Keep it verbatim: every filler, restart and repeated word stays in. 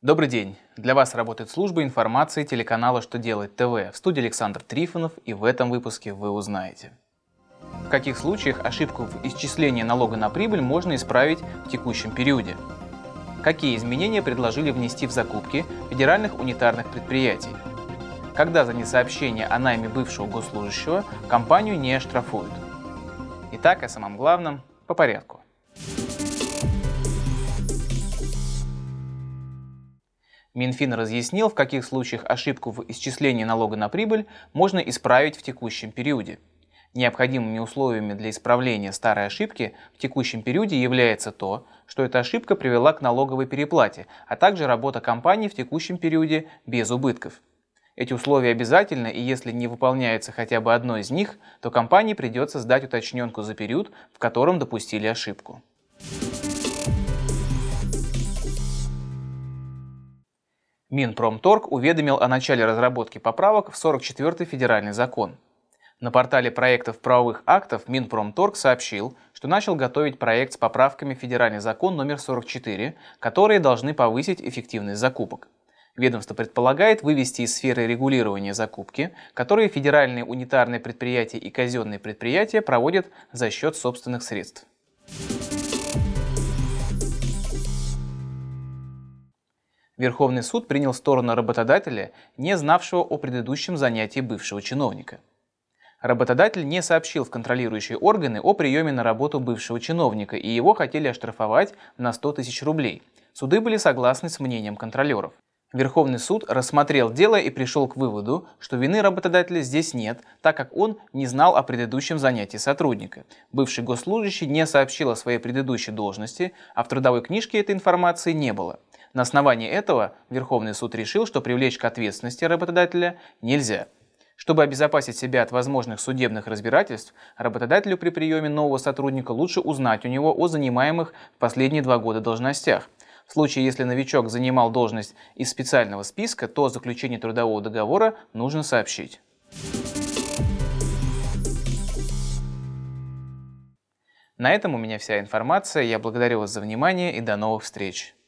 Добрый день! Для вас работает служба информации телеканала «Что делать ТВ». В студии Александр Трифонов, и в этом выпуске вы узнаете: в каких случаях ошибку в исчислении налога на прибыль можно исправить в текущем периоде, какие изменения предложили внести в закупки федеральных унитарных предприятий, когда за несообщение о найме бывшего госслужащего компанию не оштрафуют. Итак, о самом главном по порядку. Минфин разъяснил, в каких случаях ошибку в исчислении налога на прибыль можно исправить в текущем периоде. Необходимыми условиями для исправления старой ошибки в текущем периоде является то, что эта ошибка привела к налоговой переплате, а также работа компании в текущем периоде без убытков. Эти условия обязательны, и если не выполняется хотя бы одно из них, то компании придется сдать уточненку за период, в котором допустили ошибку. Минпромторг уведомил о начале разработки поправок в сорок четвёртый федеральный закон. На портале проектов правовых актов Минпромторг сообщил, что начал готовить проект с поправками в федеральный закон номер сорок четыре, которые должны повысить эффективность закупок. Ведомство предполагает вывести из сферы регулирования закупки, которые федеральные унитарные предприятия и казенные предприятия проводят за счет собственных средств. Верховный суд принял сторону работодателя, не знавшего о предыдущем занятии бывшего чиновника. Работодатель не сообщил в контролирующие органы о приеме на работу бывшего чиновника, и его хотели оштрафовать на сто тысяч рублей. Суды были согласны с мнением контролеров. Верховный суд рассмотрел дело и пришел к выводу, что вины работодателя здесь нет, так как он не знал о предыдущем занятии сотрудника. Бывший госслужащий не сообщил о своей предыдущей должности, а в трудовой книжке этой информации не было. На основании этого Верховный суд решил, что привлечь к ответственности работодателя нельзя. Чтобы обезопасить себя от возможных судебных разбирательств, работодателю при приеме нового сотрудника лучше узнать у него о занимаемых в последние два года должностях. В случае, если новичок занимал должность из специального списка, то о заключении трудового договора нужно сообщить. На этом у меня вся информация. Я благодарю вас за внимание и до новых встреч.